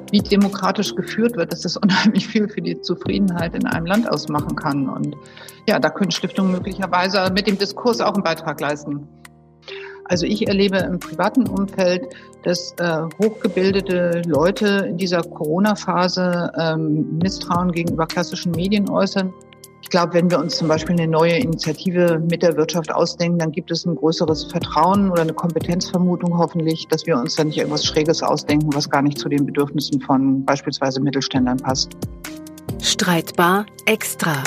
wie demokratisch geführt wird, dass das unheimlich viel für die Zufriedenheit in einem Land ausmachen kann. Und ja, da können Stiftungen möglicherweise mit dem Diskurs auch einen Beitrag leisten. Also ich erlebe im privaten Umfeld, dass hochgebildete Leute in dieser Corona-Phase Misstrauen gegenüber klassischen Medien äußern. Ich glaube, wenn wir uns zum Beispiel eine neue Initiative mit der Wirtschaft ausdenken, dann gibt es ein größeres Vertrauen oder eine Kompetenzvermutung hoffentlich, dass wir uns da nicht irgendwas Schräges ausdenken, was gar nicht zu den Bedürfnissen von beispielsweise Mittelständlern passt. Streitbar extra.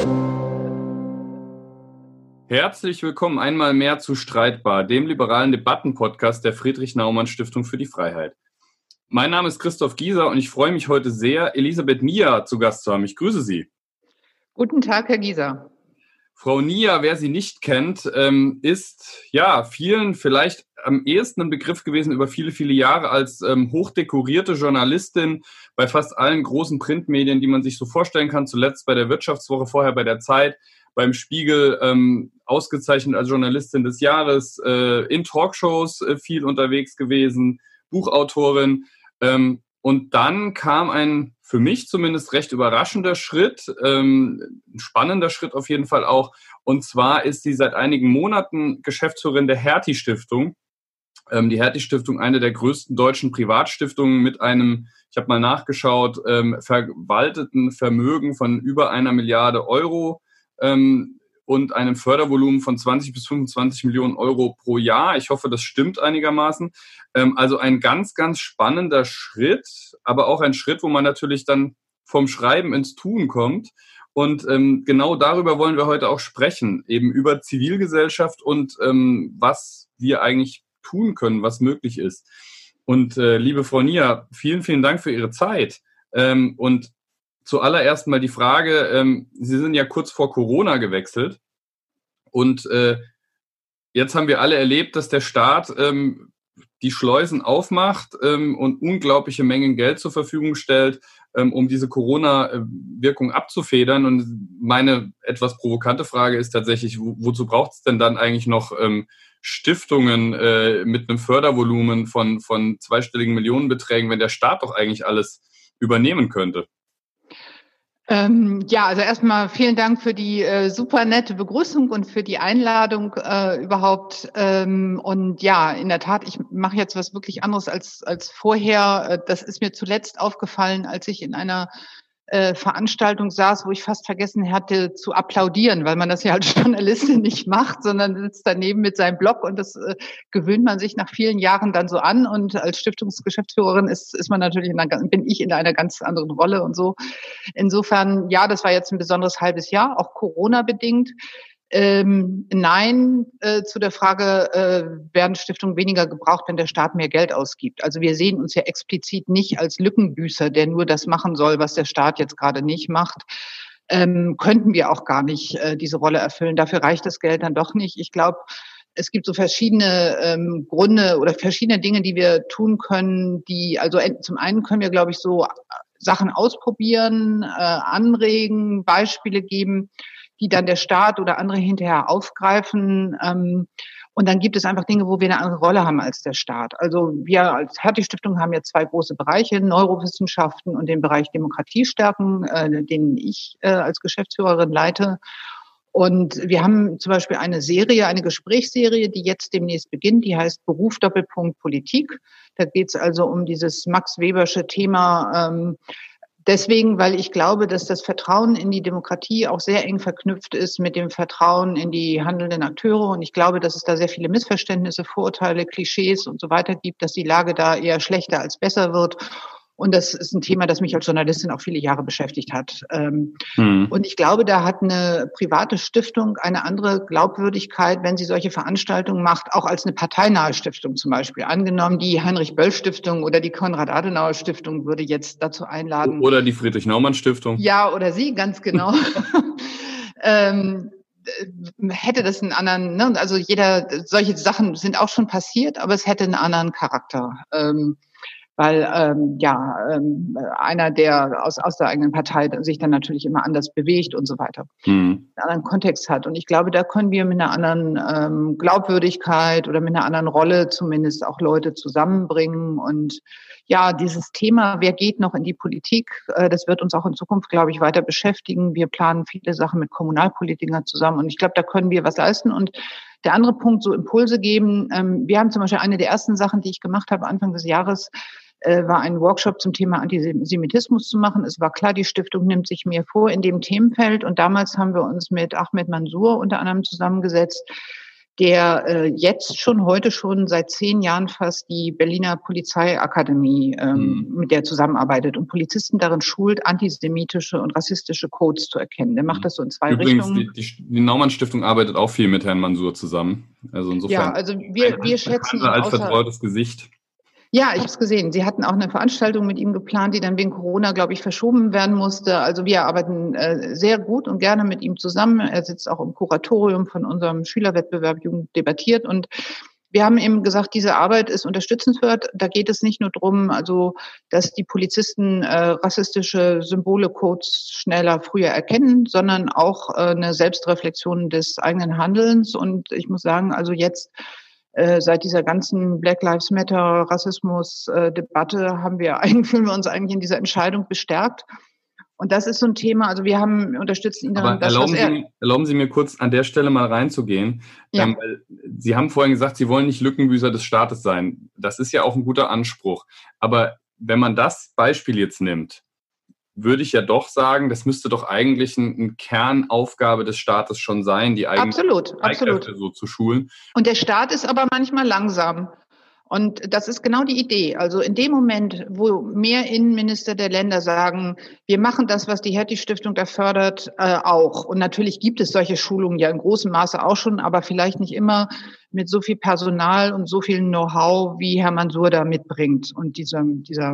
Herzlich willkommen einmal mehr zu Streitbar, dem liberalen Debattenpodcast der Friedrich-Naumann-Stiftung für die Freiheit. Mein Name ist Christoph Gieser und ich freue mich heute sehr, Elisabeth Nia zu Gast zu haben. Ich grüße Sie. Guten Tag, Herr Gieser. Frau Nia, wer sie nicht kennt, ist ja vielen vielleicht am ehesten ein Begriff gewesen über viele, viele Jahre als hochdekorierte Journalistin bei fast allen großen Printmedien, die man sich so vorstellen kann. Zuletzt bei der Wirtschaftswoche, vorher bei der Zeit, beim Spiegel, ausgezeichnet als Journalistin des Jahres, in Talkshows viel unterwegs gewesen, Buchautorin. Und dann kam ein für mich zumindest recht überraschender Schritt, ein spannender Schritt auf jeden Fall auch. Und zwar ist sie seit einigen Monaten Geschäftsführerin der Hertie-Stiftung. Die Hertie-Stiftung, eine der größten deutschen Privatstiftungen mit einem, ich habe mal nachgeschaut, verwalteten Vermögen von über 1 Milliarde Euro und einem Fördervolumen von 20 bis 25 Millionen Euro pro Jahr. Ich hoffe, das stimmt einigermaßen. Also ein ganz, ganz spannender Schritt, aber auch ein Schritt, wo man natürlich dann vom Schreiben ins Tun kommt. Und genau darüber wollen wir heute auch sprechen, eben über Zivilgesellschaft und was wir eigentlich tun können, was möglich ist. Und liebe Frau Nia, vielen, vielen Dank für Ihre Zeit. Und zuallererst mal die Frage, Sie sind ja kurz vor Corona gewechselt und jetzt haben wir alle erlebt, dass der Staat die Schleusen aufmacht und unglaubliche Mengen Geld zur Verfügung stellt, um diese Corona-Wirkung abzufedern. Und meine etwas provokante Frage ist tatsächlich, wozu braucht es denn dann eigentlich noch Stiftungen mit einem Fördervolumen von zweistelligen Millionenbeträgen, wenn der Staat doch eigentlich alles übernehmen könnte? Ja, also erstmal vielen Dank für die super nette Begrüßung und für die Einladung überhaupt. Und ja, in der Tat, ich mache jetzt was wirklich anderes als vorher. Das ist mir zuletzt aufgefallen, als ich in einer Veranstaltung saß, wo ich fast vergessen hatte zu applaudieren, weil man das ja als Journalistin nicht macht, sondern sitzt daneben mit seinem Blog und das gewöhnt man sich nach vielen Jahren dann so an. Und als Stiftungsgeschäftsführerin ist man natürlich bin ich in einer ganz anderen Rolle und so. Insofern, ja, das war jetzt ein besonderes halbes Jahr, auch Corona-bedingt. Nein, zu der Frage, werden Stiftungen weniger gebraucht, wenn der Staat mehr Geld ausgibt. Also wir sehen uns ja explizit nicht als Lückenbüßer, der nur das machen soll, was der Staat jetzt gerade nicht macht. Könnten wir auch gar nicht diese Rolle erfüllen. Dafür reicht das Geld dann doch nicht. Ich glaube, es gibt so verschiedene Gründe oder verschiedene Dinge, die wir tun können, zum einen können wir, glaube ich, so Sachen ausprobieren, anregen, Beispiele geben, die dann der Staat oder andere hinterher aufgreifen. Und dann gibt es einfach Dinge, wo wir eine andere Rolle haben als der Staat. Also wir als Hertie-Stiftung haben ja 2 große Bereiche, Neurowissenschaften und den Bereich Demokratiestärken, den ich als Geschäftsführerin leite. Und wir haben zum Beispiel eine Gesprächsserie, die jetzt demnächst beginnt, die heißt Beruf Doppelpunkt Politik. Da geht es also um dieses Max Webersche Thema, deswegen, weil ich glaube, dass das Vertrauen in die Demokratie auch sehr eng verknüpft ist mit dem Vertrauen in die handelnden Akteure. Und ich glaube, dass es da sehr viele Missverständnisse, Vorurteile, Klischees und so weiter gibt, dass die Lage da eher schlechter als besser wird. Und das ist ein Thema, das mich als Journalistin auch viele Jahre beschäftigt hat. Und ich glaube, da hat eine private Stiftung eine andere Glaubwürdigkeit, wenn sie solche Veranstaltungen macht, auch als eine parteinahe Stiftung zum Beispiel. Angenommen, die Heinrich-Böll-Stiftung oder die Konrad-Adenauer-Stiftung würde jetzt dazu einladen. Oder die Friedrich-Naumann-Stiftung. Ja, oder Sie, ganz genau. Hätte das einen anderen, ne? Also solche Sachen sind auch schon passiert, aber es hätte einen anderen Charakter. weil einer, der aus der eigenen Partei sich dann natürlich immer anders bewegt und so weiter, einen anderen Kontext hat. Und ich glaube, da können wir mit einer anderen Glaubwürdigkeit oder mit einer anderen Rolle zumindest auch Leute zusammenbringen. Und ja, dieses Thema, wer geht noch in die Politik, das wird uns auch in Zukunft, glaube ich, weiter beschäftigen. Wir planen viele Sachen mit Kommunalpolitikern zusammen und ich glaube, da können wir was leisten. Und der andere Punkt, so Impulse geben. Wir haben zum Beispiel eine der ersten Sachen, die ich gemacht habe Anfang des Jahres, war ein Workshop zum Thema Antisemitismus zu machen. Es war klar, die Stiftung nimmt sich mehr vor in dem Themenfeld. Und damals haben wir uns mit Ahmed Mansour unter anderem zusammengesetzt, der heute schon seit 10 Jahren fast die Berliner Polizeiakademie mit der zusammenarbeitet und Polizisten darin schult, antisemitische und rassistische Codes zu erkennen. Der macht das so in 2 Richtungen. Übrigens, die Naumann-Stiftung arbeitet auch viel mit Herrn Mansour zusammen. Also insofern. Ja, also wir schätzen ihn als vertrautes Gesicht. Ja, ich habe es gesehen. Sie hatten auch eine Veranstaltung mit ihm geplant, die dann wegen Corona, glaube ich, verschoben werden musste. Also wir arbeiten sehr gut und gerne mit ihm zusammen. Er sitzt auch im Kuratorium von unserem Schülerwettbewerb Jugend debattiert. Und wir haben eben gesagt, diese Arbeit ist unterstützenswert. Da geht es nicht nur drum, also dass die Polizisten rassistische Symbole, Codes schneller, früher erkennen, sondern auch eine Selbstreflexion des eigenen Handelns. Und ich muss sagen, also jetzt seit dieser ganzen Black Lives Matter Rassismus-Debatte fühlen wir uns eigentlich in dieser Entscheidung bestärkt. Und das ist so ein Thema, also wir unterstützen ihn darin. Erlauben Sie mir kurz an der Stelle mal reinzugehen. Ja. Sie haben vorhin gesagt, Sie wollen nicht Lückenbüßer des Staates sein. Das ist ja auch ein guter Anspruch. Aber wenn man das Beispiel jetzt nimmt, würde ich ja doch sagen, das müsste doch eigentlich eine Kernaufgabe des Staates schon sein, die eigenen Streitkräfte so zu schulen. Und der Staat ist aber manchmal langsam. Und das ist genau die Idee. Also in dem Moment, wo mehr Innenminister der Länder sagen, wir machen das, was die Hertie-Stiftung da fördert, auch. Und natürlich gibt es solche Schulungen ja in großem Maße auch schon, aber vielleicht nicht immer mit so viel Personal und so viel Know-how, wie Herr Mansour da mitbringt und diese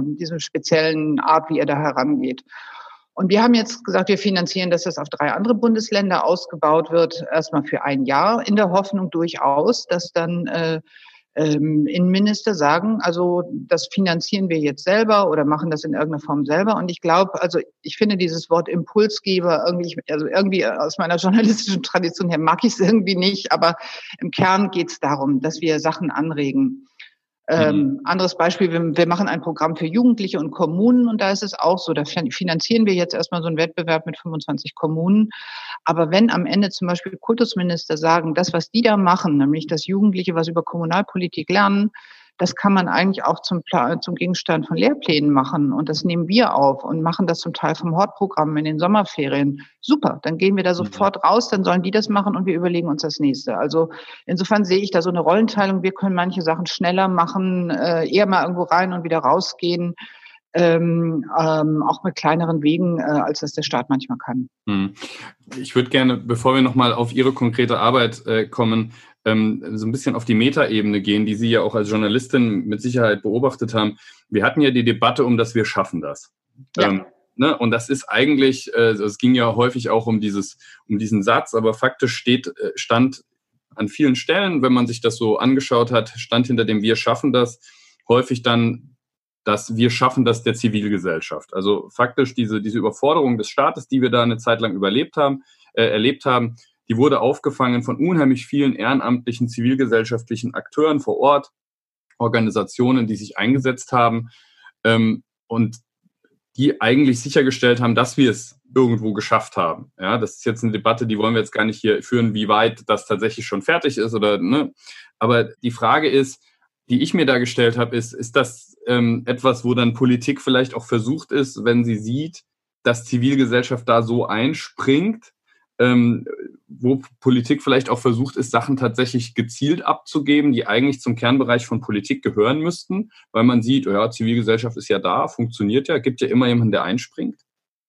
speziellen Art, wie er da herangeht. Und wir haben jetzt gesagt, wir finanzieren, dass das auf 3 andere Bundesländer ausgebaut wird, erstmal für 1 Jahr, in der Hoffnung durchaus, dass dann Innenminister sagen, also das finanzieren wir jetzt selber oder machen das in irgendeiner Form selber. Und ich glaube, also ich finde dieses Wort Impulsgeber irgendwie aus meiner journalistischen Tradition her mag ich es irgendwie nicht, aber im Kern geht es darum, dass wir Sachen anregen. Anderes Beispiel, wir machen ein Programm für Jugendliche und Kommunen und da ist es auch so, da finanzieren wir jetzt erstmal so einen Wettbewerb mit 25 Kommunen. Aber wenn am Ende zum Beispiel Kultusminister sagen, das, was die da machen, nämlich dass Jugendliche was über Kommunalpolitik lernen, das kann man eigentlich auch zum Gegenstand von Lehrplänen machen. Und das nehmen wir auf und machen das zum Teil vom Hortprogramm in den Sommerferien. Super, dann gehen wir da sofort raus, dann sollen die das machen und wir überlegen uns das nächste. Also insofern sehe ich da so eine Rollenteilung. Wir können manche Sachen schneller machen, eher mal irgendwo rein und wieder rausgehen. Auch mit kleineren Wegen, als das der Staat manchmal kann. Ich würde gerne, bevor wir nochmal auf Ihre konkrete Arbeit kommen, so ein bisschen auf die Metaebene gehen, die Sie ja auch als Journalistin mit Sicherheit beobachtet haben. Wir hatten ja die Debatte um das Wir schaffen das. Ja. Und das ist eigentlich, es ging ja häufig auch um diesen Satz, aber faktisch stand an vielen Stellen, wenn man sich das so angeschaut hat, stand hinter dem Wir schaffen das häufig dann das Wir schaffen das der Zivilgesellschaft. Also faktisch diese Überforderung des Staates, die wir da eine Zeit lang erlebt haben, die wurde aufgefangen von unheimlich vielen ehrenamtlichen, zivilgesellschaftlichen Akteuren vor Ort, Organisationen, die sich eingesetzt haben und die eigentlich sichergestellt haben, dass wir es irgendwo geschafft haben. Ja, das ist jetzt eine Debatte, die wollen wir jetzt gar nicht hier führen, wie weit das tatsächlich schon fertig ist oder ne. Aber die Frage ist, die ich mir da gestellt habe, ist das etwas, wo dann Politik vielleicht auch versucht ist, wenn sie sieht, dass Zivilgesellschaft da so einspringt, wo Politik vielleicht auch versucht ist, Sachen tatsächlich gezielt abzugeben, die eigentlich zum Kernbereich von Politik gehören müssten, weil man sieht, ja, Zivilgesellschaft ist ja da, funktioniert ja, gibt ja immer jemanden, der einspringt.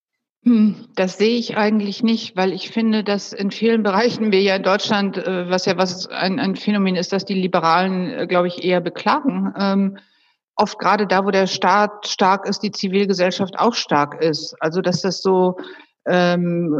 Das sehe ich eigentlich nicht, weil ich finde, dass in vielen Bereichen wir ja in Deutschland, was ein Phänomen ist, dass die Liberalen, glaube ich, eher beklagen. Oft gerade da, wo der Staat stark ist, die Zivilgesellschaft auch stark ist. Also dass das so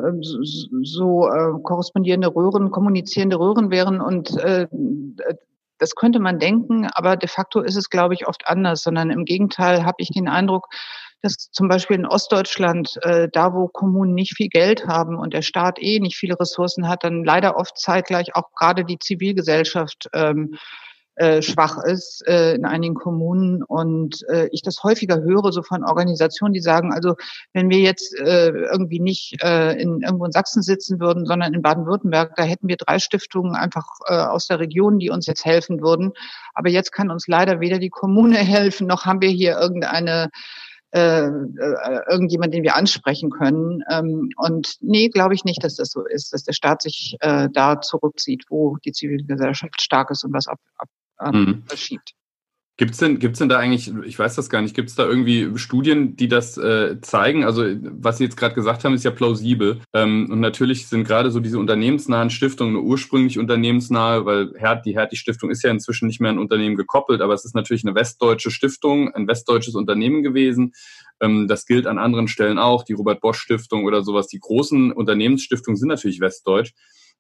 korrespondierende Röhren, kommunizierende Röhren wären und Das könnte man denken, aber de facto ist es, glaube ich, oft anders, sondern im Gegenteil habe ich den Eindruck, dass zum Beispiel in Ostdeutschland, da wo Kommunen nicht viel Geld haben und der Staat nicht viele Ressourcen hat, dann leider oft zeitgleich auch gerade die Zivilgesellschaft schwach ist in einigen Kommunen und ich das häufiger höre so von Organisationen, die sagen, also wenn wir jetzt irgendwie nicht irgendwo in Sachsen sitzen würden, sondern in Baden-Württemberg, da hätten wir 3 Stiftungen einfach aus der Region, die uns jetzt helfen würden. Aber jetzt kann uns leider weder die Kommune helfen, noch haben wir hier irgendjemand, den wir ansprechen können. Und nee, glaube ich nicht, dass das so ist, dass der Staat sich da zurückzieht, wo die Zivilgesellschaft stark ist und was verschiebt. Gibt's denn da eigentlich, ich weiß das gar nicht, gibt's da irgendwie Studien, die das zeigen? Also was Sie jetzt gerade gesagt haben, ist ja plausibel. Und natürlich sind gerade so diese unternehmensnahen Stiftungen nur ursprünglich unternehmensnahe, weil die Hertie-Stiftung ist ja inzwischen nicht mehr an Unternehmen gekoppelt, aber es ist natürlich eine westdeutsche Stiftung, ein westdeutsches Unternehmen gewesen. Das gilt an anderen Stellen auch, die Robert-Bosch-Stiftung oder sowas. Die großen Unternehmensstiftungen sind natürlich westdeutsch.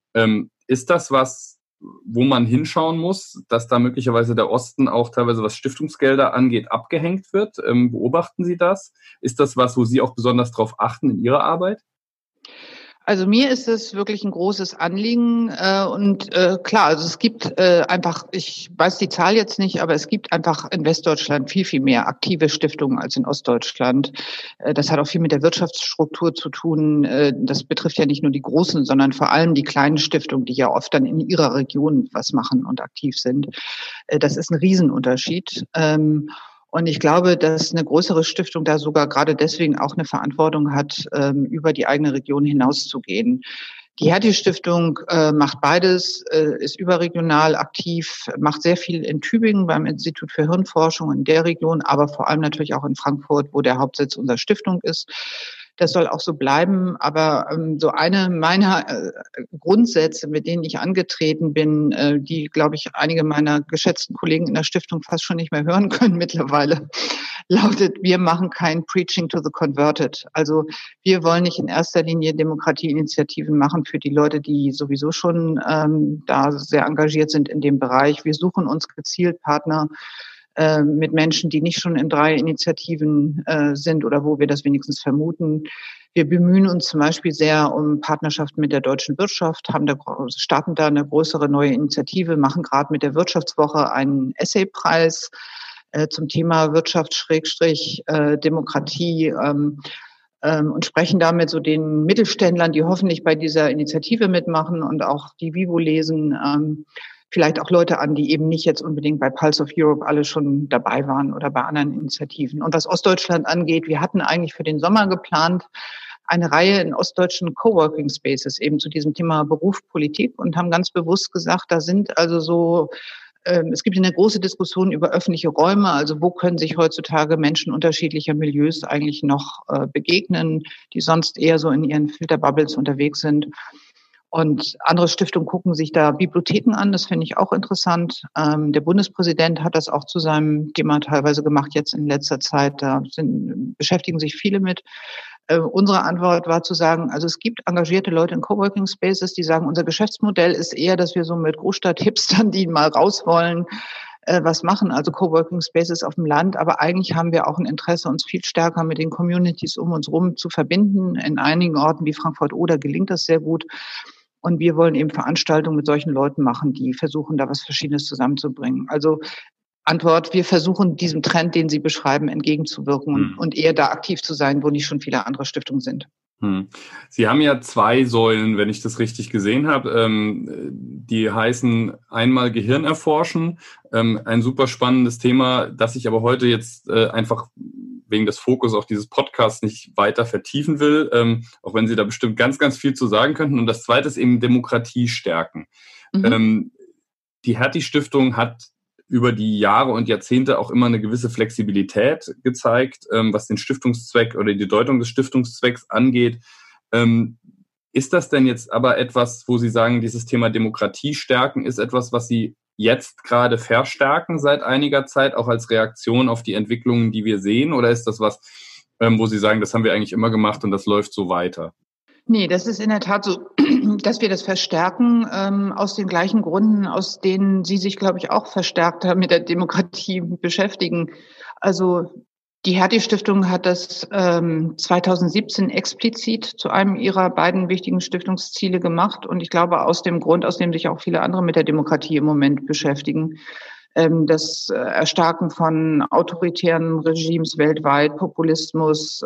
Ist das was, wo man hinschauen muss, dass da möglicherweise der Osten auch teilweise, was Stiftungsgelder angeht, abgehängt wird? Beobachten Sie das? Ist das was, wo Sie auch besonders drauf achten in Ihrer Arbeit? Also mir ist es wirklich ein großes Anliegen und klar, also es gibt einfach, ich weiß die Zahl jetzt nicht, aber es gibt einfach in Westdeutschland viel, viel mehr aktive Stiftungen als in Ostdeutschland. Das hat auch viel mit der Wirtschaftsstruktur zu tun. Das betrifft ja nicht nur die großen, sondern vor allem die kleinen Stiftungen, die ja oft dann in ihrer Region was machen und aktiv sind. Das ist ein Riesenunterschied. Und ich glaube, dass eine größere Stiftung da sogar gerade deswegen auch eine Verantwortung hat, über die eigene Region hinauszugehen. Die Hertie-Stiftung macht beides, ist überregional aktiv, macht sehr viel in Tübingen beim Institut für Hirnforschung in der Region, aber vor allem natürlich auch in Frankfurt, wo der Hauptsitz unserer Stiftung ist. Das soll auch so bleiben. Aber so eine meiner Grundsätze, mit denen ich angetreten bin, die, glaube ich, einige meiner geschätzten Kollegen in der Stiftung fast schon nicht mehr hören können mittlerweile, lautet, wir machen kein Preaching to the Converted. Also wir wollen nicht in erster Linie Demokratieinitiativen machen für die Leute, die sowieso schon da sehr engagiert sind in dem Bereich. Wir suchen uns gezielt Partner mit Menschen, die nicht schon in 3 Initiativen sind oder wo wir das wenigstens vermuten. Wir bemühen uns zum Beispiel sehr um Partnerschaften mit der deutschen Wirtschaft, starten da eine größere neue Initiative, machen gerade mit der Wirtschaftswoche einen Essaypreis zum Thema Wirtschaft-Demokratie und sprechen damit so den Mittelständlern, die hoffentlich bei dieser Initiative mitmachen und auch die Vivo lesen, vielleicht auch Leute an, die eben nicht jetzt unbedingt bei Pulse of Europe alle schon dabei waren oder bei anderen Initiativen. Und was Ostdeutschland angeht, wir hatten eigentlich für den Sommer geplant, eine Reihe in ostdeutschen Coworking Spaces eben zu diesem Thema Beruf, Politik und haben ganz bewusst gesagt, da sind also so, es gibt eine große Diskussion über öffentliche Räume, also wo können sich heutzutage Menschen unterschiedlicher Milieus eigentlich noch begegnen, die sonst eher so in ihren Filterbubbles unterwegs sind. Und andere Stiftungen gucken sich da Bibliotheken an, das finde ich auch interessant. Der Bundespräsident hat das auch zu seinem Thema teilweise gemacht, jetzt in letzter Zeit. Da beschäftigen sich viele mit. Unsere Antwort war zu sagen, also es gibt engagierte Leute in Coworking Spaces, die sagen, unser Geschäftsmodell ist eher, dass wir so mit Großstadt-Hipstern, die mal raus wollen, was machen, also Coworking Spaces auf dem Land. Aber eigentlich haben wir auch ein Interesse, uns viel stärker mit den Communities um uns rum zu verbinden. In einigen Orten wie Frankfurt-Oder gelingt das sehr gut. Und wir wollen eben Veranstaltungen mit solchen Leuten machen, die versuchen, da was Verschiedenes zusammenzubringen. Also Antwort, wir versuchen diesem Trend, den Sie beschreiben, entgegenzuwirken und eher da aktiv zu sein, wo nicht schon viele andere Stiftungen sind. Sie haben ja 2 Säulen, wenn ich das richtig gesehen habe. Die heißen einmal Gehirn erforschen, ein super spannendes Thema, das ich aber heute jetzt einfach wegen des Fokus auf dieses Podcast nicht weiter vertiefen will, auch wenn Sie da bestimmt ganz, ganz viel zu sagen könnten. Und das zweite ist eben Demokratie stärken. Die Hertie-Stiftung hat über die Jahre und Jahrzehnte auch immer eine gewisse Flexibilität gezeigt, was den Stiftungszweck oder die Deutung des Stiftungszwecks angeht. Ist das denn jetzt aber etwas, wo Sie sagen, dieses Thema Demokratie stärken ist etwas, was Sie jetzt gerade verstärken seit einiger Zeit, auch als Reaktion auf die Entwicklungen, die wir sehen? Oder ist das was, wo Sie sagen, das haben wir eigentlich immer gemacht und das läuft so weiter? Nee, das ist in der Tat so, dass wir das verstärken, aus den gleichen Gründen, aus denen Sie sich, glaube ich, auch verstärkt haben mit der Demokratie beschäftigen. Also die Hertie-Stiftung hat das 2017 explizit zu einem ihrer beiden wichtigen Stiftungsziele gemacht. Und ich glaube, aus dem Grund, aus dem sich auch viele andere mit der Demokratie im Moment beschäftigen, das Erstarken von autoritären Regimes weltweit, Populismus,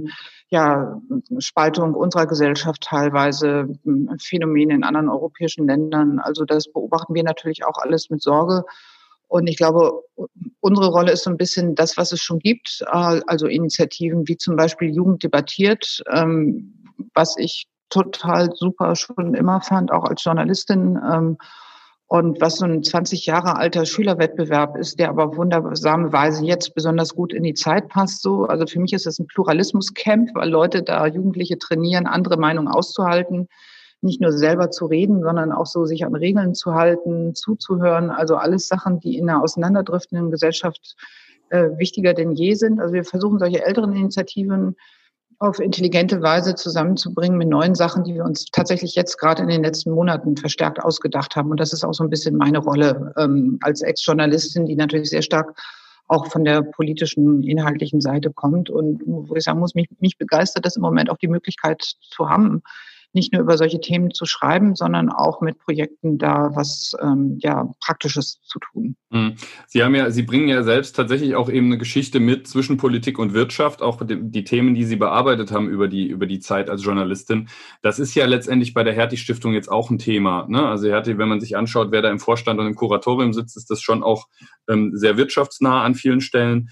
Spaltung unserer Gesellschaft teilweise, Phänomene in anderen europäischen Ländern. Also das beobachten wir natürlich auch alles mit Sorge. Und ich glaube, unsere Rolle ist so ein bisschen das, was es schon gibt, also Initiativen wie zum Beispiel Jugend debattiert, was ich total super schon immer fand, auch als Journalistin. Und was so ein 20 Jahre alter Schülerwettbewerb ist, der aber auf wundersame Weise jetzt besonders gut in die Zeit passt. So, also für mich ist es ein Pluralismus-Camp, weil Leute da Jugendliche trainieren, andere Meinungen auszuhalten, nicht nur selber zu reden, sondern auch so sich an Regeln zu halten, zuzuhören. Also alles Sachen, die in einer auseinanderdriftenden Gesellschaft wichtiger denn je sind. Also wir versuchen solche älteren Initiativen auf intelligente Weise zusammenzubringen mit neuen Sachen, die wir uns tatsächlich jetzt gerade in den letzten Monaten verstärkt ausgedacht haben. Und das ist auch so ein bisschen meine Rolle als Ex-Journalistin, die natürlich sehr stark auch von der politischen, inhaltlichen Seite kommt. Und wo ich sagen muss, mich begeistert das im Moment auch die Möglichkeit zu haben, nicht nur über solche Themen zu schreiben, sondern auch mit Projekten da was Praktisches zu tun. Sie bringen ja selbst tatsächlich auch eben eine Geschichte mit zwischen Politik und Wirtschaft, auch die Themen, die Sie bearbeitet haben über die Zeit als Journalistin. Das ist ja letztendlich bei der Hertie-Stiftung jetzt auch ein Thema, ne? Also Hertie, wenn man sich anschaut, wer da im Vorstand und im Kuratorium sitzt, ist das schon auch sehr wirtschaftsnah an vielen Stellen.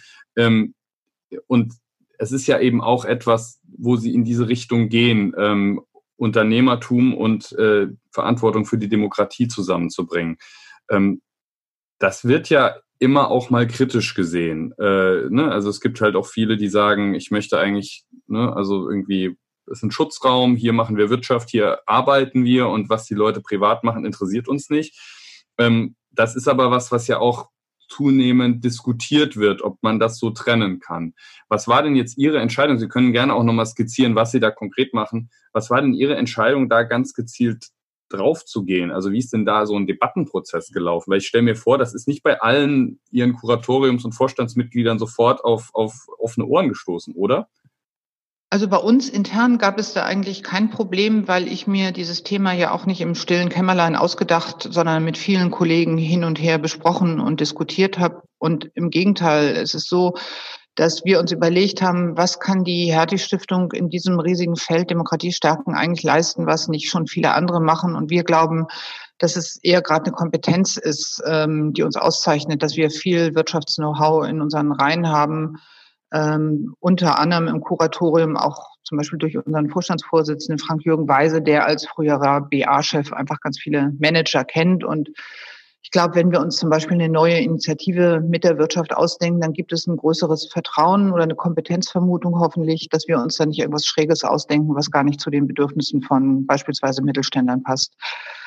Und es ist ja eben auch etwas, wo Sie in diese Richtung gehen, Unternehmertum und Verantwortung für die Demokratie zusammenzubringen. Das wird ja immer auch mal kritisch gesehen. Ne? Also es gibt halt auch viele, die sagen, ich möchte eigentlich, also irgendwie, es ist ein Schutzraum, hier machen wir Wirtschaft, hier arbeiten wir und was die Leute privat machen, interessiert uns nicht. Das ist aber was ja auch zunehmend diskutiert wird, ob man das so trennen kann. Was war denn jetzt Ihre Entscheidung? Sie können gerne auch nochmal skizzieren, was Sie da konkret machen. Was war denn Ihre Entscheidung, da ganz gezielt drauf zu gehen? Also wie ist denn da so ein Debattenprozess gelaufen? Weil ich stelle mir vor, das ist nicht bei allen Ihren Kuratoriums- und Vorstandsmitgliedern sofort auf offene Ohren gestoßen, oder? Also bei uns intern gab es da eigentlich kein Problem, weil ich mir dieses Thema ja auch nicht im stillen Kämmerlein ausgedacht, sondern mit vielen Kollegen hin und her besprochen und diskutiert habe. Und im Gegenteil, es ist so, dass wir uns überlegt haben, was kann die Hertie-Stiftung in diesem riesigen Feld Demokratie stärken eigentlich leisten, was nicht schon viele andere machen. Und wir glauben, dass es eher gerade eine Kompetenz ist, die uns auszeichnet, dass wir viel Wirtschafts-Know-how in unseren Reihen haben, unter anderem im Kuratorium auch zum Beispiel durch unseren Vorstandsvorsitzenden Frank-Jürgen Weise, der als früherer BA-Chef einfach ganz viele Manager kennt. Und ich glaube, wenn wir uns zum Beispiel eine neue Initiative mit der Wirtschaft ausdenken, dann gibt es ein größeres Vertrauen oder eine Kompetenzvermutung hoffentlich, dass wir uns da nicht irgendwas Schräges ausdenken, was gar nicht zu den Bedürfnissen von beispielsweise Mittelständlern passt.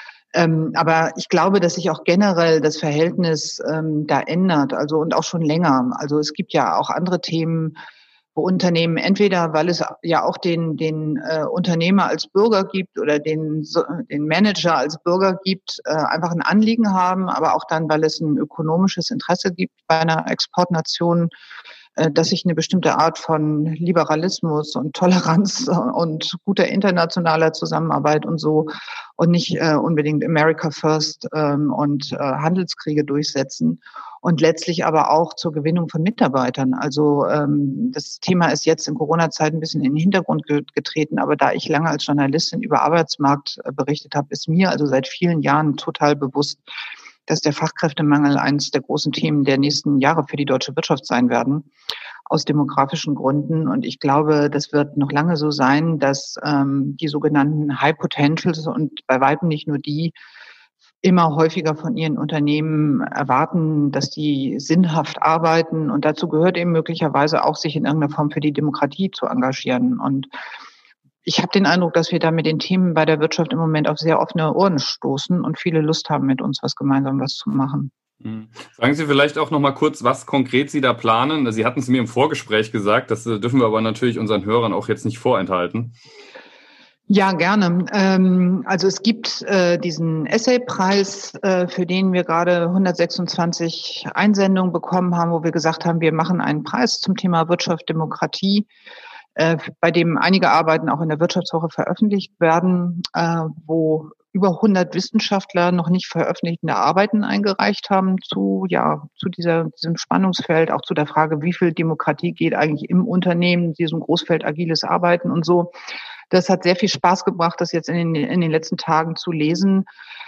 Aber ich glaube, dass sich auch generell das Verhältnis da ändert, also und auch schon länger. Also es gibt ja auch andere Themen, wo Unternehmen entweder, weil es ja auch den Unternehmer als Bürger gibt oder den Manager als Bürger gibt, einfach ein Anliegen haben, aber auch dann, weil es ein ökonomisches Interesse gibt bei einer Exportnation, dass sich eine bestimmte Art von Liberalismus und Toleranz und guter internationaler Zusammenarbeit und so und nicht unbedingt America First und Handelskriege durchsetzen und letztlich aber auch zur Gewinnung von Mitarbeitern. Also das Thema ist jetzt in Corona-Zeit ein bisschen in den Hintergrund getreten, aber da ich lange als Journalistin über Arbeitsmarkt berichtet habe, ist mir also seit vielen Jahren total bewusst, dass der Fachkräftemangel eines der großen Themen der nächsten Jahre für die deutsche Wirtschaft sein werden, aus demografischen Gründen. Und ich glaube, das wird noch lange so sein, dass die sogenannten High Potentials und bei weitem nicht nur die immer häufiger von ihren Unternehmen erwarten, dass die sinnhaft arbeiten. Und dazu gehört eben möglicherweise auch, sich in irgendeiner Form für die Demokratie zu engagieren. Und ich habe den Eindruck, dass wir da mit den Themen bei der Wirtschaft im Moment auf sehr offene Ohren stoßen und viele Lust haben, mit uns gemeinsam was zu machen. Sagen Sie vielleicht auch noch mal kurz, was konkret Sie da planen. Sie hatten es mir im Vorgespräch gesagt, das dürfen wir aber natürlich unseren Hörern auch jetzt nicht vorenthalten. Ja, gerne. Also es gibt diesen Essay-Preis, für den wir gerade 126 Einsendungen bekommen haben, wo wir gesagt haben, wir machen einen Preis zum Thema Wirtschaft, Demokratie, bei dem einige Arbeiten auch in der Wirtschaftswoche veröffentlicht werden, wo über 100 Wissenschaftler noch nicht veröffentlichte Arbeiten eingereicht haben zu diesem Spannungsfeld, auch zu der Frage, wie viel Demokratie geht eigentlich im Unternehmen, diesem Großfeld agiles Arbeiten und so. Das hat sehr viel Spaß gebracht, das jetzt in den letzten Tagen zu lesen.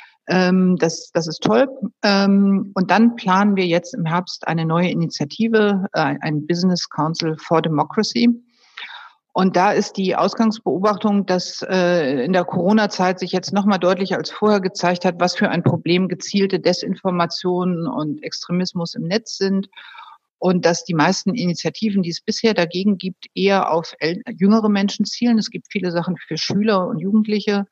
Das ist toll. Und dann planen wir jetzt im Herbst eine neue Initiative, ein Business Council for Democracy. Und da ist die Ausgangsbeobachtung, dass in der Corona-Zeit sich jetzt noch mal deutlicher als vorher gezeigt hat, was für ein Problem gezielte Desinformationen und Extremismus im Netz sind. Und dass die meisten Initiativen, die es bisher dagegen gibt, eher auf jüngere Menschen zielen. Es gibt viele Sachen für Schüler und Jugendliche.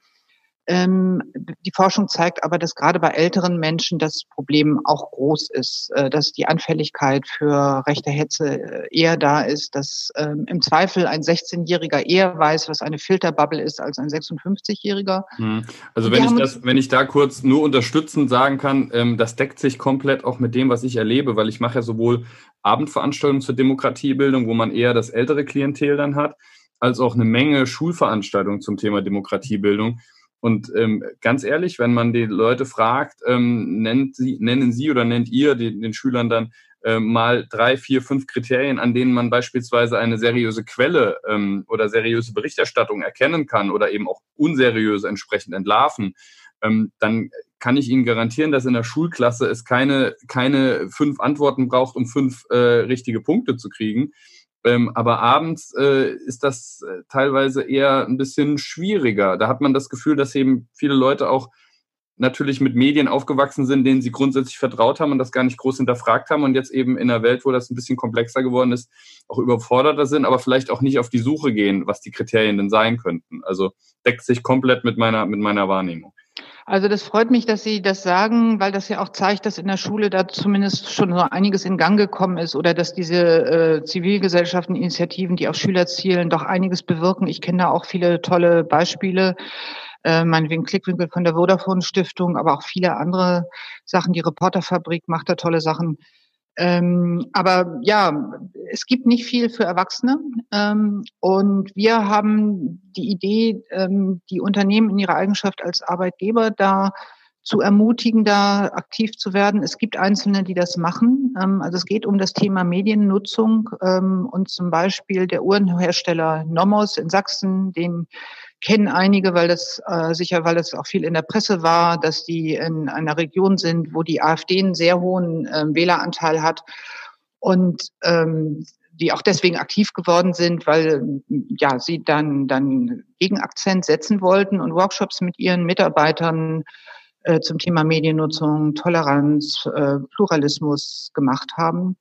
Die Forschung zeigt aber, dass gerade bei älteren Menschen das Problem auch groß ist, dass die Anfälligkeit für rechte Hetze eher da ist, dass im Zweifel ein 16-Jähriger eher weiß, was eine Filterbubble ist, als ein 56-Jähriger. Also wenn ich da kurz nur unterstützend sagen kann, das deckt sich komplett auch mit dem, was ich erlebe, weil ich mache ja sowohl Abendveranstaltungen zur Demokratiebildung, wo man eher das ältere Klientel dann hat, als auch eine Menge Schulveranstaltungen zum Thema Demokratiebildung. Und ganz ehrlich, wenn man die Leute fragt, nennen Sie oder nennt ihr den Schülern dann mal 3, 4, 5 Kriterien, an denen man beispielsweise eine seriöse Quelle oder seriöse Berichterstattung erkennen kann oder eben auch unseriöse entsprechend entlarven, dann kann ich Ihnen garantieren, dass in der Schulklasse es keine 5 Antworten braucht, um 5 richtige Punkte zu kriegen. Aber abends ist das teilweise eher ein bisschen schwieriger. Da hat man das Gefühl, dass eben viele Leute auch natürlich mit Medien aufgewachsen sind, denen sie grundsätzlich vertraut haben und das gar nicht groß hinterfragt haben und jetzt eben in einer Welt, wo das ein bisschen komplexer geworden ist, auch überforderter sind, aber vielleicht auch nicht auf die Suche gehen, was die Kriterien denn sein könnten. Also deckt sich komplett mit meiner Wahrnehmung. Also das freut mich, dass Sie das sagen, weil das ja auch zeigt, dass in der Schule da zumindest schon so einiges in Gang gekommen ist oder dass diese Zivilgesellschaften, Initiativen, die auf Schüler zielen, doch einiges bewirken. Ich kenne da auch viele tolle Beispiele, meinetwegen Klickwinkel von der Vodafone Stiftung, aber auch viele andere Sachen. Die Reporterfabrik macht da tolle Sachen. Aber ja, es gibt nicht viel für Erwachsene. Und wir haben die Idee, die Unternehmen in ihrer Eigenschaft als Arbeitgeber da zu ermutigen, da aktiv zu werden. Es gibt Einzelne, die das machen. Also es geht um das Thema Mediennutzung und zum Beispiel der Uhrenhersteller Nomos in Sachsen, den kennen einige, weil das auch viel in der Presse war, dass die in einer Region sind, wo die AfD einen sehr hohen Wähleranteil hat und die auch deswegen aktiv geworden sind, weil sie dann Gegenakzent setzen wollten und Workshops mit ihren Mitarbeitern zum Thema Mediennutzung, Toleranz, Pluralismus gemacht haben.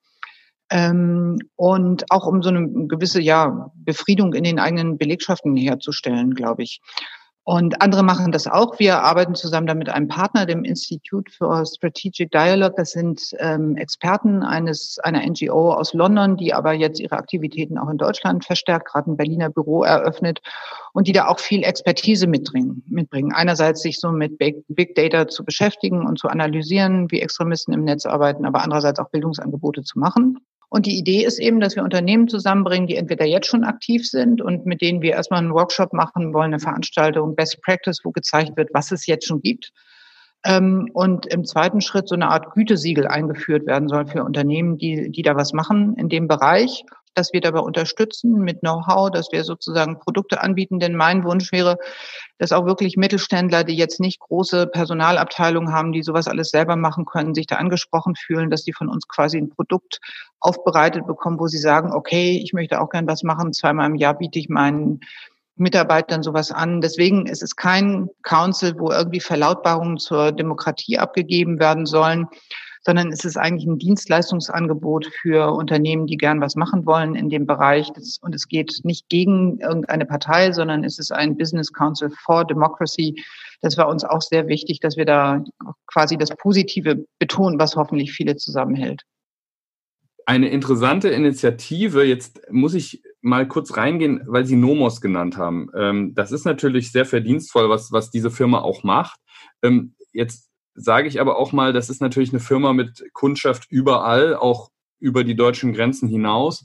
Und auch um so eine gewisse Befriedung in den eigenen Belegschaften herzustellen, glaube ich. Und andere machen das auch. Wir arbeiten zusammen da mit einem Partner, dem Institute for Strategic Dialogue. Das sind Experten einer NGO aus London, die aber jetzt ihre Aktivitäten auch in Deutschland verstärkt, gerade ein Berliner Büro eröffnet und die da auch viel Expertise mitbringen. Einerseits sich so mit Big Data zu beschäftigen und zu analysieren, wie Extremisten im Netz arbeiten, aber andererseits auch Bildungsangebote zu machen. Und die Idee ist eben, dass wir Unternehmen zusammenbringen, die entweder jetzt schon aktiv sind und mit denen wir erstmal einen Workshop machen wollen, eine Veranstaltung, Best Practice, wo gezeigt wird, was es jetzt schon gibt. Und im zweiten Schritt so eine Art Gütesiegel eingeführt werden soll für Unternehmen, die da was machen in dem Bereich, dass wir dabei unterstützen mit Know-how, dass wir sozusagen Produkte anbieten. Denn mein Wunsch wäre, dass auch wirklich Mittelständler, die jetzt nicht große Personalabteilungen haben, die sowas alles selber machen können, sich da angesprochen fühlen, dass die von uns quasi ein Produkt aufbereitet bekommen, wo sie sagen, okay, ich möchte auch gern was machen, 2-mal im Jahr biete ich meinen Mitarbeitern sowas an. Deswegen ist es kein Council, wo irgendwie Verlautbarungen zur Demokratie abgegeben werden sollen, sondern es ist eigentlich ein Dienstleistungsangebot für Unternehmen, die gern was machen wollen in dem Bereich. Und es geht nicht gegen irgendeine Partei, sondern es ist ein Business Council for Democracy. Das war uns auch sehr wichtig, dass wir da quasi das Positive betonen, was hoffentlich viele zusammenhält. Eine interessante Initiative. Jetzt muss ich mal kurz reingehen, weil Sie Nomos genannt haben. Das ist natürlich sehr verdienstvoll, was diese Firma auch macht. Jetzt sage ich aber auch mal, das ist natürlich eine Firma mit Kundschaft überall, auch über die deutschen Grenzen hinaus.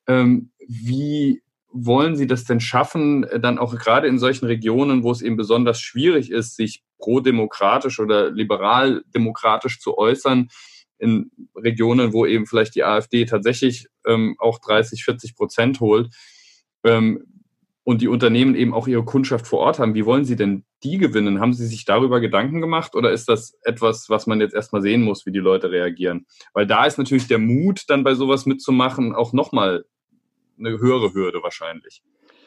Wie wollen Sie das denn schaffen, dann auch gerade in solchen Regionen, wo es eben besonders schwierig ist, sich pro-demokratisch oder liberal-demokratisch zu äußern, in Regionen, wo eben vielleicht die AfD tatsächlich auch 30-40% holt und die Unternehmen eben auch ihre Kundschaft vor Ort haben. Wie wollen Sie denn die gewinnen? Haben Sie sich darüber Gedanken gemacht oder ist das etwas, was man jetzt erstmal sehen muss, wie die Leute reagieren? Weil da ist natürlich der Mut, dann bei sowas mitzumachen, auch nochmal eine höhere Hürde wahrscheinlich.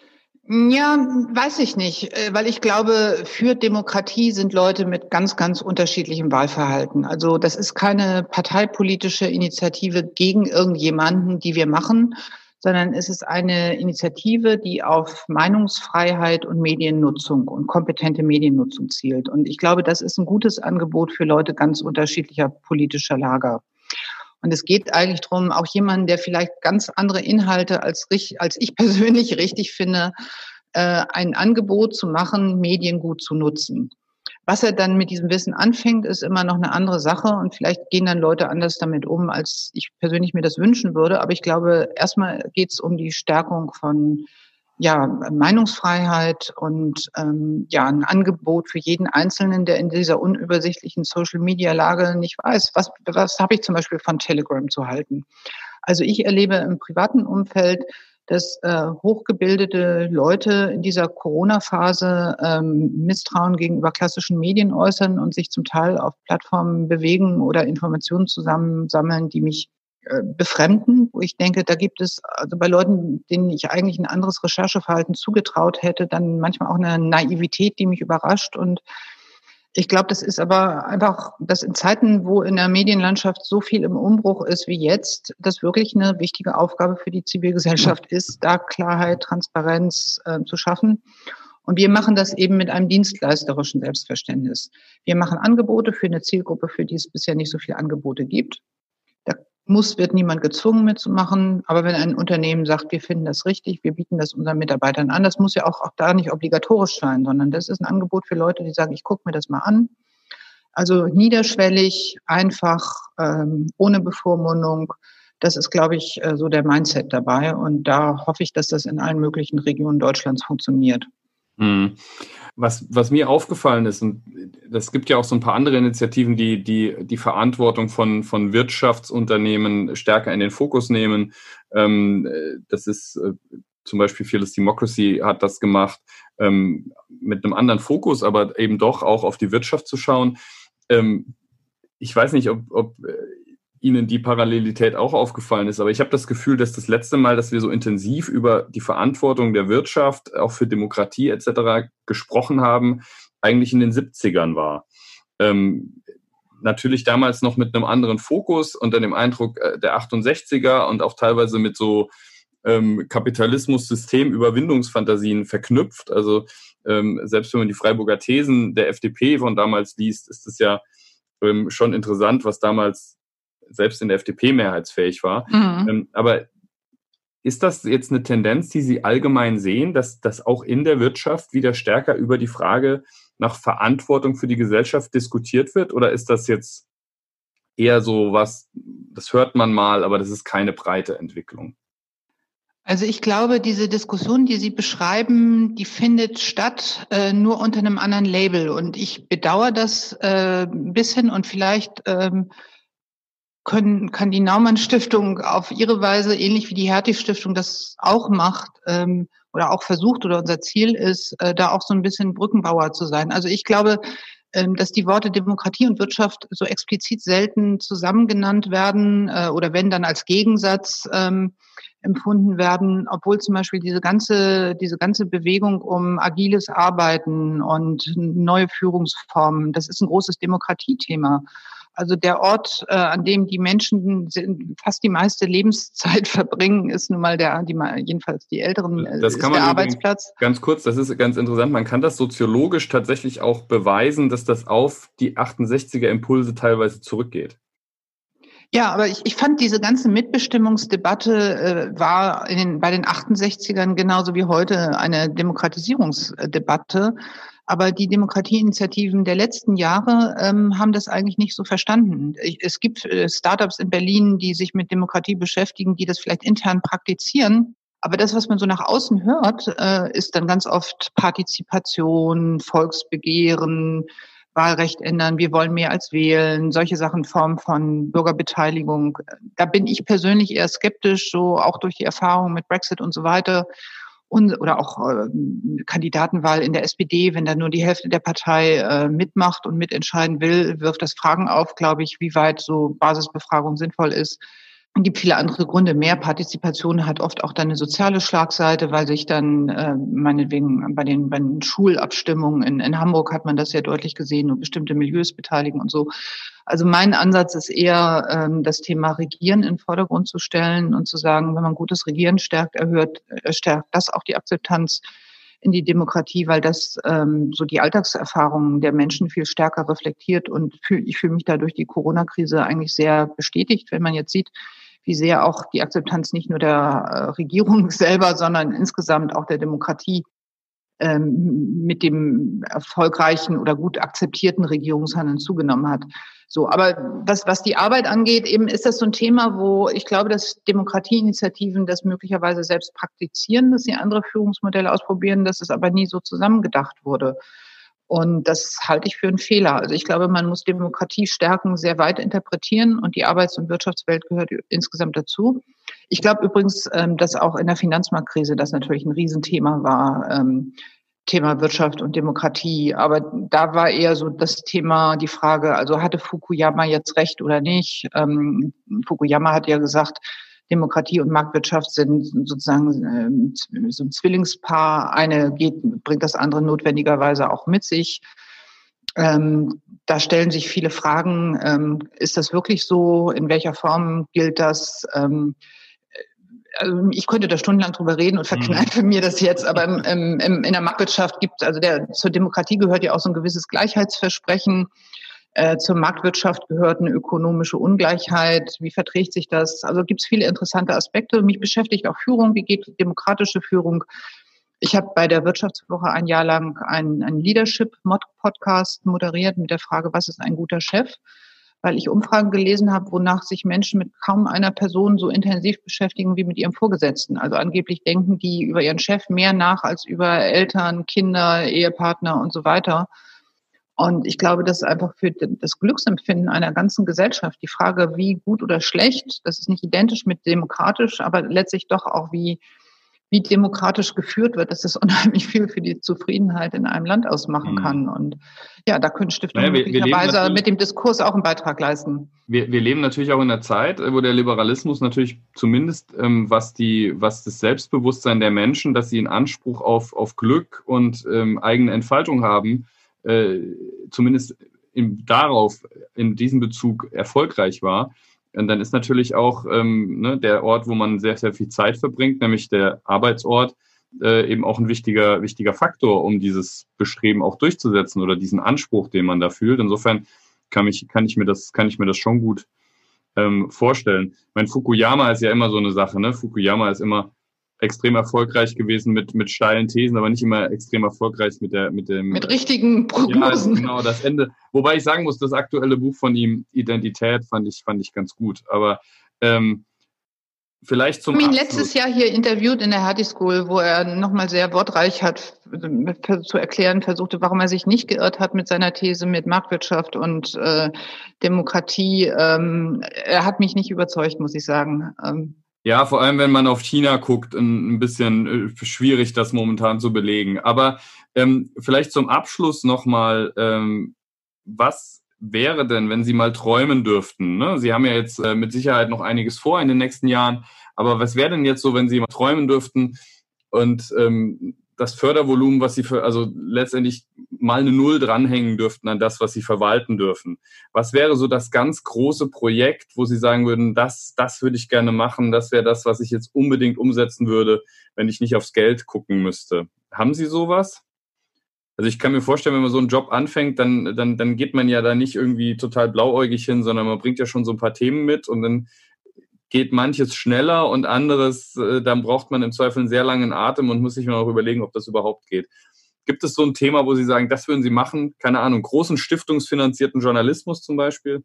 Ja, weiß ich nicht, weil ich glaube, für Demokratie sind Leute mit ganz, ganz unterschiedlichem Wahlverhalten. Also das ist keine parteipolitische Initiative gegen irgendjemanden, die wir machen, sondern es ist eine Initiative, die auf Meinungsfreiheit und Mediennutzung und kompetente Mediennutzung zielt. Und ich glaube, das ist ein gutes Angebot für Leute ganz unterschiedlicher politischer Lager. Und es geht eigentlich darum, auch jemanden, der vielleicht ganz andere Inhalte als ich persönlich richtig finde, ein Angebot zu machen, Medien gut zu nutzen. Was er dann mit diesem Wissen anfängt, ist immer noch eine andere Sache und vielleicht gehen dann Leute anders damit um, als ich persönlich mir das wünschen würde. Aber ich glaube, erstmal geht es um die Stärkung von Meinungsfreiheit und ein Angebot für jeden Einzelnen, der in dieser unübersichtlichen Social-Media-Lage nicht weiß, was habe ich zum Beispiel von Telegram zu halten. Also ich erlebe im privaten Umfeld, dass hochgebildete Leute in dieser Corona-Phase Misstrauen gegenüber klassischen Medien äußern und sich zum Teil auf Plattformen bewegen oder Informationen zusammensammeln, die mich befremden, wo ich denke, da gibt es also bei Leuten, denen ich eigentlich ein anderes Rechercheverhalten zugetraut hätte, dann manchmal auch eine Naivität, die mich überrascht. Und ich glaube, das ist aber einfach, dass in Zeiten, wo in der Medienlandschaft so viel im Umbruch ist wie jetzt, das wirklich eine wichtige Aufgabe für die Zivilgesellschaft ist, da Klarheit, Transparenz zu schaffen. Und wir machen das eben mit einem dienstleisterischen Selbstverständnis. Wir machen Angebote für eine Zielgruppe, für die es bisher nicht so viele Angebote gibt. Wird niemand gezwungen mitzumachen. Aber wenn ein Unternehmen sagt, wir finden das richtig, wir bieten das unseren Mitarbeitern an, das muss ja auch da nicht obligatorisch sein, sondern das ist ein Angebot für Leute, die sagen, ich gucke mir das mal an. Also niederschwellig, einfach, ohne Bevormundung. Das ist, glaube ich, so der Mindset dabei. Und da hoffe ich, dass das in allen möglichen Regionen Deutschlands funktioniert. Was mir aufgefallen ist, und das gibt ja auch so ein paar andere Initiativen, die Verantwortung von Wirtschaftsunternehmen stärker in den Fokus nehmen. Das ist zum Beispiel Fearless Democracy hat das gemacht, mit einem anderen Fokus, aber eben doch auch auf die Wirtschaft zu schauen. Ich weiß nicht, ob Ihnen die Parallelität auch aufgefallen ist, aber ich habe das Gefühl, dass das letzte Mal, dass wir so intensiv über die Verantwortung der Wirtschaft, auch für Demokratie etc. gesprochen haben, eigentlich in den 70ern war. Natürlich damals noch mit einem anderen Fokus unter dem Eindruck der 68er und auch teilweise mit so Kapitalismus-System-Überwindungsfantasien verknüpft. Also selbst wenn man die Freiburger Thesen der FDP von damals liest, ist es ja schon interessant, was damals selbst in der FDP mehrheitsfähig war. Aber ist das jetzt eine Tendenz, die Sie allgemein sehen, dass auch in der Wirtschaft wieder stärker über die Frage nach Verantwortung für die Gesellschaft diskutiert wird? Oder ist das jetzt eher so was, das hört man mal, aber das ist keine breite Entwicklung? Also ich glaube, diese Diskussion, die Sie beschreiben, die findet statt, nur unter einem anderen Label. Und ich bedauere das ein bisschen und vielleicht kann die Naumann-Stiftung auf ihre Weise, ähnlich wie die Hertie-Stiftung das auch macht oder auch versucht oder unser Ziel ist, da auch so ein bisschen Brückenbauer zu sein. Also ich glaube, dass die Worte Demokratie und Wirtschaft so explizit selten zusammen genannt werden oder wenn dann als Gegensatz empfunden werden, obwohl zum Beispiel diese ganze Bewegung um agiles Arbeiten und neue Führungsformen, das ist ein großes Demokratiethema. Also der Ort, an dem die Menschen fast die meiste Lebenszeit verbringen, ist nun mal jedenfalls die Älteren, das ist kann man der Arbeitsplatz. Ganz kurz, das ist ganz interessant. Man kann das soziologisch tatsächlich auch beweisen, dass das auf die 68er Impulse teilweise zurückgeht. Ja, aber ich fand, diese ganze Mitbestimmungsdebatte bei den 68ern genauso wie heute eine Demokratisierungsdebatte. Aber die Demokratieinitiativen der letzten Jahre haben das eigentlich nicht so verstanden. Es gibt Startups in Berlin, die sich mit Demokratie beschäftigen, die das vielleicht intern praktizieren. Aber das, was man so nach außen hört, ist dann ganz oft Partizipation, Volksbegehren, Wahlrecht ändern, wir wollen mehr als wählen, solche Sachen, Form von Bürgerbeteiligung. Da bin ich persönlich eher skeptisch, so auch durch die Erfahrung mit Brexit und so weiter. Oder auch Kandidatenwahl in der SPD, wenn da nur die Hälfte der Partei mitmacht und mitentscheiden will, wirft das Fragen auf, glaube ich, wie weit so Basisbefragung sinnvoll ist. Es gibt viele andere Gründe. Mehr Partizipation hat oft auch dann eine soziale Schlagseite, weil sich dann meinetwegen bei den Schulabstimmungen in Hamburg hat man das ja deutlich gesehen und bestimmte Milieus beteiligen und so. Also mein Ansatz ist eher, das Thema Regieren in den Vordergrund zu stellen und zu sagen, wenn man gutes Regieren stärkt, stärkt das auch die Akzeptanz in die Demokratie, weil das so die Alltagserfahrungen der Menschen viel stärker reflektiert. Und ich fühle mich da durch die Corona-Krise eigentlich sehr bestätigt, wenn man jetzt sieht, wie sehr auch die Akzeptanz nicht nur der Regierung selber, sondern insgesamt auch der Demokratie mit dem erfolgreichen oder gut akzeptierten Regierungshandeln zugenommen hat. So, aber was die Arbeit angeht, eben ist das so ein Thema, wo ich glaube, dass Demokratieinitiativen das möglicherweise selbst praktizieren, dass sie andere Führungsmodelle ausprobieren, dass es aber nie so zusammengedacht wurde. Und das halte ich für einen Fehler. Also ich glaube, man muss Demokratiestärken sehr weit interpretieren und die Arbeits- und Wirtschaftswelt gehört insgesamt dazu. Ich glaube übrigens, dass auch in der Finanzmarktkrise das natürlich ein Riesenthema war, Thema Wirtschaft und Demokratie. Aber da war eher so das Thema, die Frage, also hatte Fukuyama jetzt recht oder nicht? Fukuyama hat ja gesagt, Demokratie und Marktwirtschaft sind sozusagen so ein Zwillingspaar. Eine bringt das andere notwendigerweise auch mit sich. Da stellen sich viele Fragen. Ist das wirklich so? In welcher Form gilt das? Also ich könnte da stundenlang drüber reden und verkneife mir das jetzt, aber in der Marktwirtschaft zur Demokratie gehört ja auch so ein gewisses Gleichheitsversprechen. Zur Marktwirtschaft gehört eine ökonomische Ungleichheit. Wie verträgt sich das? Also gibt es viele interessante Aspekte. Mich beschäftigt auch Führung. Wie geht demokratische Führung? Ich habe bei der Wirtschaftswoche ein Jahr lang einen Leadership-Podcast moderiert mit der Frage, was ist ein guter Chef? Weil ich Umfragen gelesen habe, wonach sich Menschen mit kaum einer Person so intensiv beschäftigen wie mit ihrem Vorgesetzten. Also angeblich denken die über ihren Chef mehr nach als über Eltern, Kinder, Ehepartner und so weiter. Und ich glaube, das ist einfach für das Glücksempfinden einer ganzen Gesellschaft die Frage, wie gut oder schlecht, das ist nicht identisch mit demokratisch, aber letztlich doch auch wie demokratisch geführt wird, dass das unheimlich viel für die Zufriedenheit in einem Land ausmachen kann. Und ja, da können Stiftungen möglicherweise mit dem Diskurs auch einen Beitrag leisten. Wir leben natürlich auch in einer Zeit, wo der Liberalismus natürlich zumindest was das Selbstbewusstsein der Menschen, dass sie einen Anspruch auf Glück und eigene Entfaltung haben, zumindest in diesem Bezug erfolgreich war. Und dann ist natürlich auch der Ort, wo man sehr, sehr viel Zeit verbringt, nämlich der Arbeitsort, eben auch ein wichtiger Faktor, um dieses Bestreben auch durchzusetzen oder diesen Anspruch, den man da fühlt. Insofern kann ich mir das schon gut vorstellen. Ich meine, Fukuyama ist ja immer so eine Sache, ne? Fukuyama ist immer extrem erfolgreich gewesen mit steilen Thesen, aber nicht immer extrem erfolgreich mit richtigen Prognosen. Ja, genau, das Ende. Wobei ich sagen muss, das aktuelle Buch von ihm, Identität, fand ich ganz gut. Aber vielleicht zum Abschluss. Ich habe ihn letztes Jahr hier interviewt in der Hertie School, wo er nochmal sehr wortreich zu erklären versuchte, warum er sich nicht geirrt hat mit seiner These mit Marktwirtschaft und Demokratie. Er hat mich nicht überzeugt, muss ich sagen. Ja, vor allem, wenn man auf China guckt, ein bisschen schwierig, das momentan zu belegen. Aber vielleicht zum Abschluss nochmal, was wäre denn, wenn Sie mal träumen dürften? Ne? Sie haben ja jetzt mit Sicherheit noch einiges vor in den nächsten Jahren, aber was wäre denn jetzt so, wenn Sie mal träumen dürften und das Fördervolumen, was Sie also letztendlich mal eine Null dranhängen dürften an das, was Sie verwalten dürfen. Was wäre so das ganz große Projekt, wo Sie sagen würden, das würde ich gerne machen, das wäre das, was ich jetzt unbedingt umsetzen würde, wenn ich nicht aufs Geld gucken müsste? Haben Sie sowas? Also ich kann mir vorstellen, wenn man so einen Job anfängt, dann geht man ja da nicht irgendwie total blauäugig hin, sondern man bringt ja schon so ein paar Themen mit und dann geht manches schneller und anderes, dann braucht man im Zweifel einen sehr langen Atem und muss sich noch überlegen, ob das überhaupt geht. Gibt es so ein Thema, wo Sie sagen, das würden Sie machen? Keine Ahnung, großen stiftungsfinanzierten Journalismus zum Beispiel?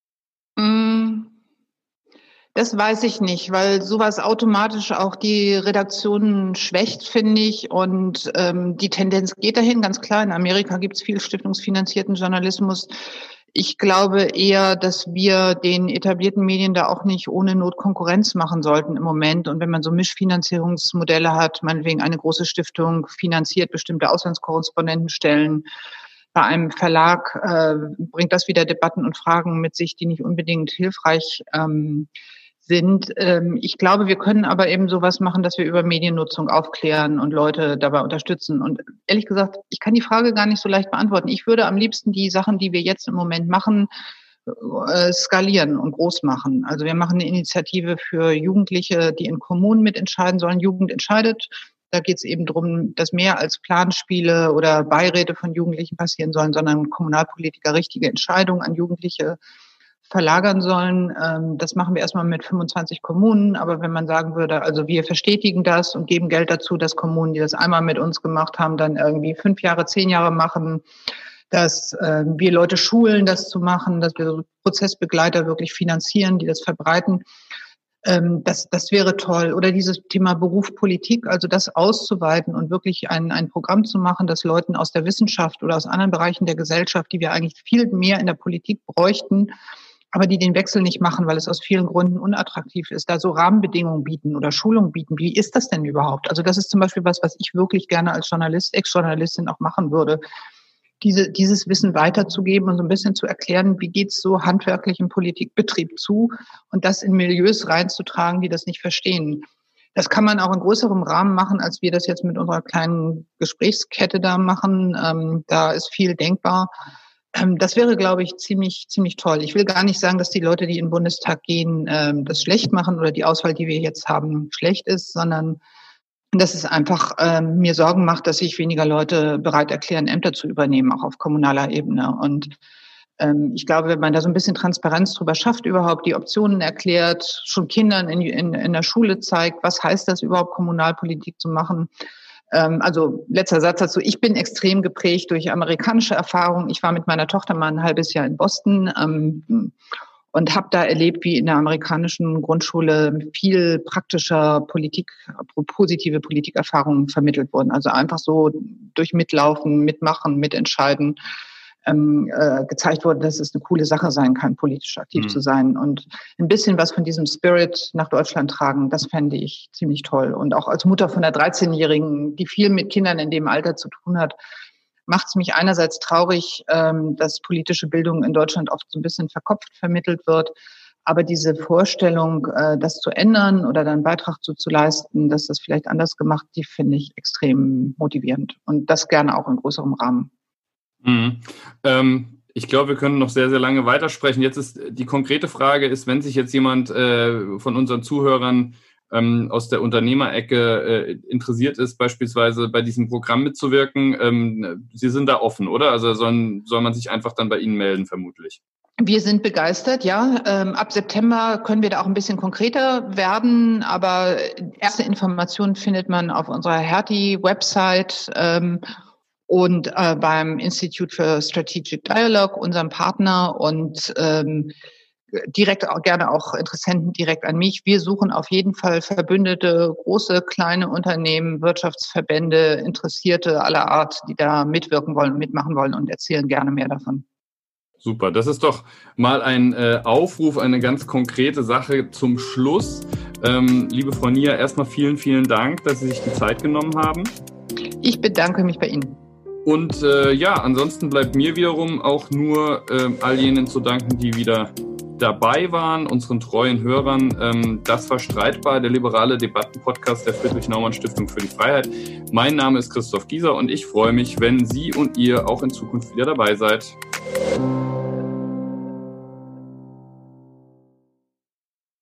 Das weiß ich nicht, weil sowas automatisch auch die Redaktionen schwächt, finde ich. Und die Tendenz geht dahin, ganz klar. In Amerika gibt es viel stiftungsfinanzierten Journalismus. Ich glaube eher, dass wir den etablierten Medien da auch nicht ohne Not Konkurrenz machen sollten im Moment. Und wenn man so Mischfinanzierungsmodelle hat, meinetwegen eine große Stiftung finanziert bestimmte Auslandskorrespondentenstellen, bei einem Verlag bringt das wieder Debatten und Fragen mit sich, die nicht unbedingt hilfreich sind. Ich glaube, wir können aber eben sowas machen, dass wir über Mediennutzung aufklären und Leute dabei unterstützen. Und ehrlich gesagt, ich kann die Frage gar nicht so leicht beantworten. Ich würde am liebsten die Sachen, die wir jetzt im Moment machen, skalieren und groß machen. Also wir machen eine Initiative für Jugendliche, die in Kommunen mitentscheiden sollen. Jugend entscheidet. Da geht es eben darum, dass mehr als Planspiele oder Beiräte von Jugendlichen passieren sollen, sondern Kommunalpolitiker richtige Entscheidungen an Jugendliche verlagern sollen. Das machen wir erstmal mit 25 Kommunen. Aber wenn man sagen würde, also wir verstetigen das und geben Geld dazu, dass Kommunen, die das einmal mit uns gemacht haben, dann irgendwie 5 Jahre, 10 Jahre machen, dass wir Leute schulen, das zu machen, dass wir so Prozessbegleiter wirklich finanzieren, die das verbreiten. Das wäre toll. Oder dieses Thema Beruf, Politik, also das auszuweiten und wirklich ein Programm zu machen, das Leuten aus der Wissenschaft oder aus anderen Bereichen der Gesellschaft, die wir eigentlich viel mehr in der Politik bräuchten, aber die den Wechsel nicht machen, weil es aus vielen Gründen unattraktiv ist, da so Rahmenbedingungen bieten oder Schulungen bieten. Wie ist das denn überhaupt? Also das ist zum Beispiel was ich wirklich gerne als Journalist, Ex-Journalistin auch machen würde. Dieses Wissen weiterzugeben und so ein bisschen zu erklären, wie geht's so handwerklich im Politikbetrieb zu und das in Milieus reinzutragen, die das nicht verstehen. Das kann man auch in größerem Rahmen machen, als wir das jetzt mit unserer kleinen Gesprächskette da machen. Da ist viel denkbar. Das wäre, glaube ich, ziemlich toll. Ich will gar nicht sagen, dass die Leute, die in den Bundestag gehen, das schlecht machen oder die Auswahl, die wir jetzt haben, schlecht ist, sondern dass es einfach mir Sorgen macht, dass sich weniger Leute bereit erklären, Ämter zu übernehmen, auch auf kommunaler Ebene. Und ich glaube, wenn man da so ein bisschen Transparenz drüber schafft, überhaupt die Optionen erklärt, schon Kindern in der Schule zeigt, was heißt das überhaupt, Kommunalpolitik zu machen. Also letzter Satz dazu. Ich bin extrem geprägt durch amerikanische Erfahrungen. Ich war mit meiner Tochter mal ein halbes Jahr in Boston und habe da erlebt, wie in der amerikanischen Grundschule viel praktischer positive Politikerfahrungen vermittelt wurden. Also einfach so durch Mitlaufen, Mitmachen, Mitentscheiden gezeigt wurde, dass es eine coole Sache sein kann, politisch aktiv zu sein. Und ein bisschen was von diesem Spirit nach Deutschland tragen, das fände ich ziemlich toll. Und auch als Mutter von einer 13-Jährigen, die viel mit Kindern in dem Alter zu tun hat, macht es mich einerseits traurig, dass politische Bildung in Deutschland oft so ein bisschen verkopft vermittelt wird. Aber diese Vorstellung, das zu ändern oder dann einen Beitrag zu leisten, dass das vielleicht anders gemacht, die finde ich extrem motivierend. Und das gerne auch in größerem Rahmen. Ich glaube, wir können noch sehr, sehr lange weitersprechen. Jetzt ist die konkrete Frage, wenn sich jetzt jemand von unseren Zuhörern aus der Unternehmerecke interessiert ist, beispielsweise bei diesem Programm mitzuwirken, Sie sind da offen, oder? Also soll man sich einfach dann bei Ihnen melden, vermutlich? Wir sind begeistert, ja. Ab September können wir da auch ein bisschen konkreter werden, aber erste Informationen findet man auf unserer Hertie-Website und beim Institute for Strategic Dialogue, unserem Partner, und direkt auch gerne auch Interessenten direkt an mich. Wir suchen auf jeden Fall Verbündete, große, kleine Unternehmen, Wirtschaftsverbände, Interessierte aller Art, die da mitwirken wollen, mitmachen wollen, und erzählen gerne mehr davon. Super, das ist doch mal ein Aufruf, eine ganz konkrete Sache zum Schluss. Liebe Frau Nier, erstmal vielen, vielen Dank, dass Sie sich die Zeit genommen haben. Ich bedanke mich bei Ihnen. Und ansonsten bleibt mir wiederum auch nur all jenen zu danken, die wieder dabei waren, unseren treuen Hörern. Das war Streitbar, der liberale Debattenpodcast der Friedrich-Naumann-Stiftung für die Freiheit. Mein Name ist Christoph Gieser und ich freue mich, wenn Sie und ihr auch in Zukunft wieder dabei seid.